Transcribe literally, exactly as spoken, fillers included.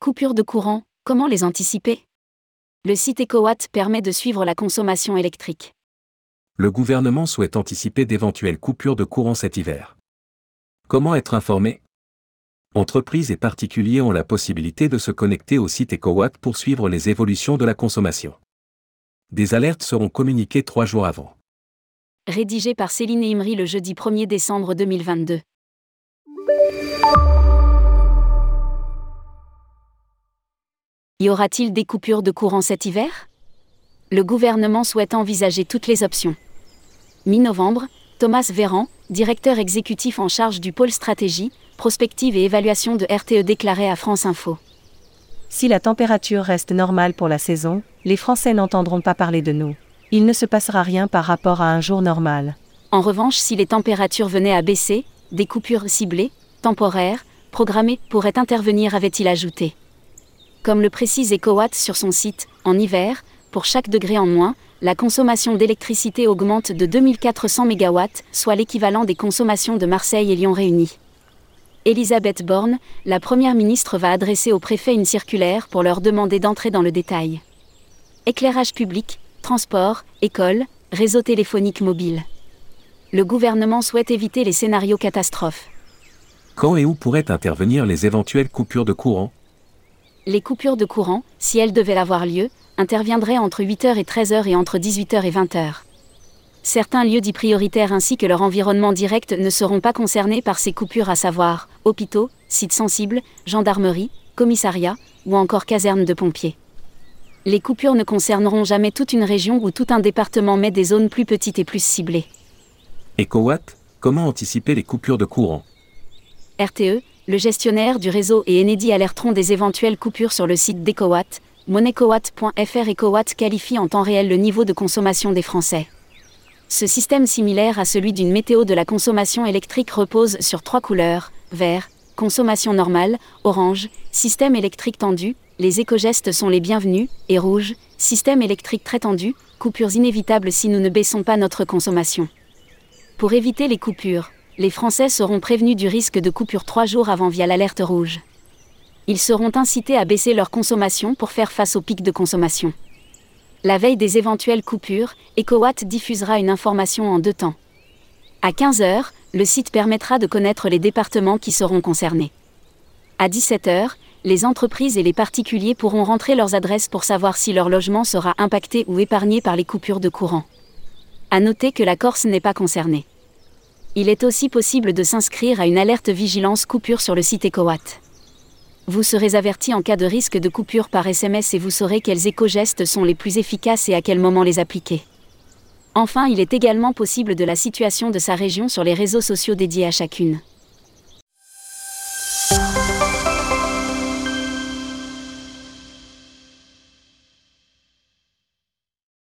Coupures de courant, comment les anticiper ? Le site EcoWatt permet de suivre la consommation électrique. Le gouvernement souhaite anticiper d'éventuelles coupures de courant cet hiver. Comment être informé ? Entreprises et particuliers ont la possibilité de se connecter au site EcoWatt pour suivre les évolutions de la consommation. Des alertes seront communiquées trois jours avant. Rédigé par Céline Imri le jeudi premier décembre deux mille vingt-deux. Y aura-t-il des coupures de courant cet hiver ? Le gouvernement souhaite envisager toutes les options. Mi-novembre, Thomas Véran, directeur exécutif en charge du pôle stratégie, prospective et évaluation de R T E déclarait à France Info. Si la température reste normale pour la saison, les Français n'entendront pas parler de nous. Il ne se passera rien par rapport à un jour normal. En revanche, si les températures venaient à baisser, des coupures ciblées, temporaires, programmées pourraient intervenir, avait-il ajouté. Comme le précise EcoWatt sur son site, en hiver, pour chaque degré en moins, la consommation d'électricité augmente de deux mille quatre cents mégawatts, soit l'équivalent des consommations de Marseille et Lyon réunies. Elisabeth Borne, la première ministre, va adresser aux préfets une circulaire pour leur demander d'entrer dans le détail. Éclairage public, transport, école, réseau téléphonique mobile. Le gouvernement souhaite éviter les scénarios catastrophes. Quand et où pourraient intervenir les éventuelles coupures de courant ? Les coupures de courant, si elles devaient avoir lieu, interviendraient entre huit heures et treize heures et entre dix-huit heures et vingt heures. Certains lieux dits prioritaires ainsi que leur environnement direct ne seront pas concernés par ces coupures, à savoir hôpitaux, sites sensibles, gendarmerie, commissariats ou encore casernes de pompiers. Les coupures ne concerneront jamais toute une région ou tout un département, mais des zones plus petites et plus ciblées. EcoWatt, comment anticiper les coupures de courant ? R T E, le gestionnaire du réseau, et Enedis alerteront des éventuelles coupures sur le site d'EcoWatt, monecowatt point f r. EcoWatt qualifie en temps réel le niveau de consommation des Français. Ce système, similaire à celui d'une météo de la consommation électrique, repose sur trois couleurs: vert, consommation normale; orange, système électrique tendu, les éco-gestes sont les bienvenus; et rouge, système électrique très tendu, coupures inévitables si nous ne baissons pas notre consommation. Pour éviter les coupures, les Français seront prévenus du risque de coupure trois jours avant via l'alerte rouge. Ils seront incités à baisser leur consommation pour faire face au pic de consommation. La veille des éventuelles coupures, EcoWatt diffusera une information en deux temps. À quinze heures, le site permettra de connaître les départements qui seront concernés. À dix-sept heures, les entreprises et les particuliers pourront rentrer leurs adresses pour savoir si leur logement sera impacté ou épargné par les coupures de courant. À noter que la Corse n'est pas concernée. Il est aussi possible de s'inscrire à une alerte vigilance coupure sur le site EcoWatt. Vous serez averti en cas de risque de coupure par S M S et vous saurez quels éco-gestes sont les plus efficaces et à quel moment les appliquer. Enfin, il est également possible de la situation de sa région sur les réseaux sociaux dédiés à chacune.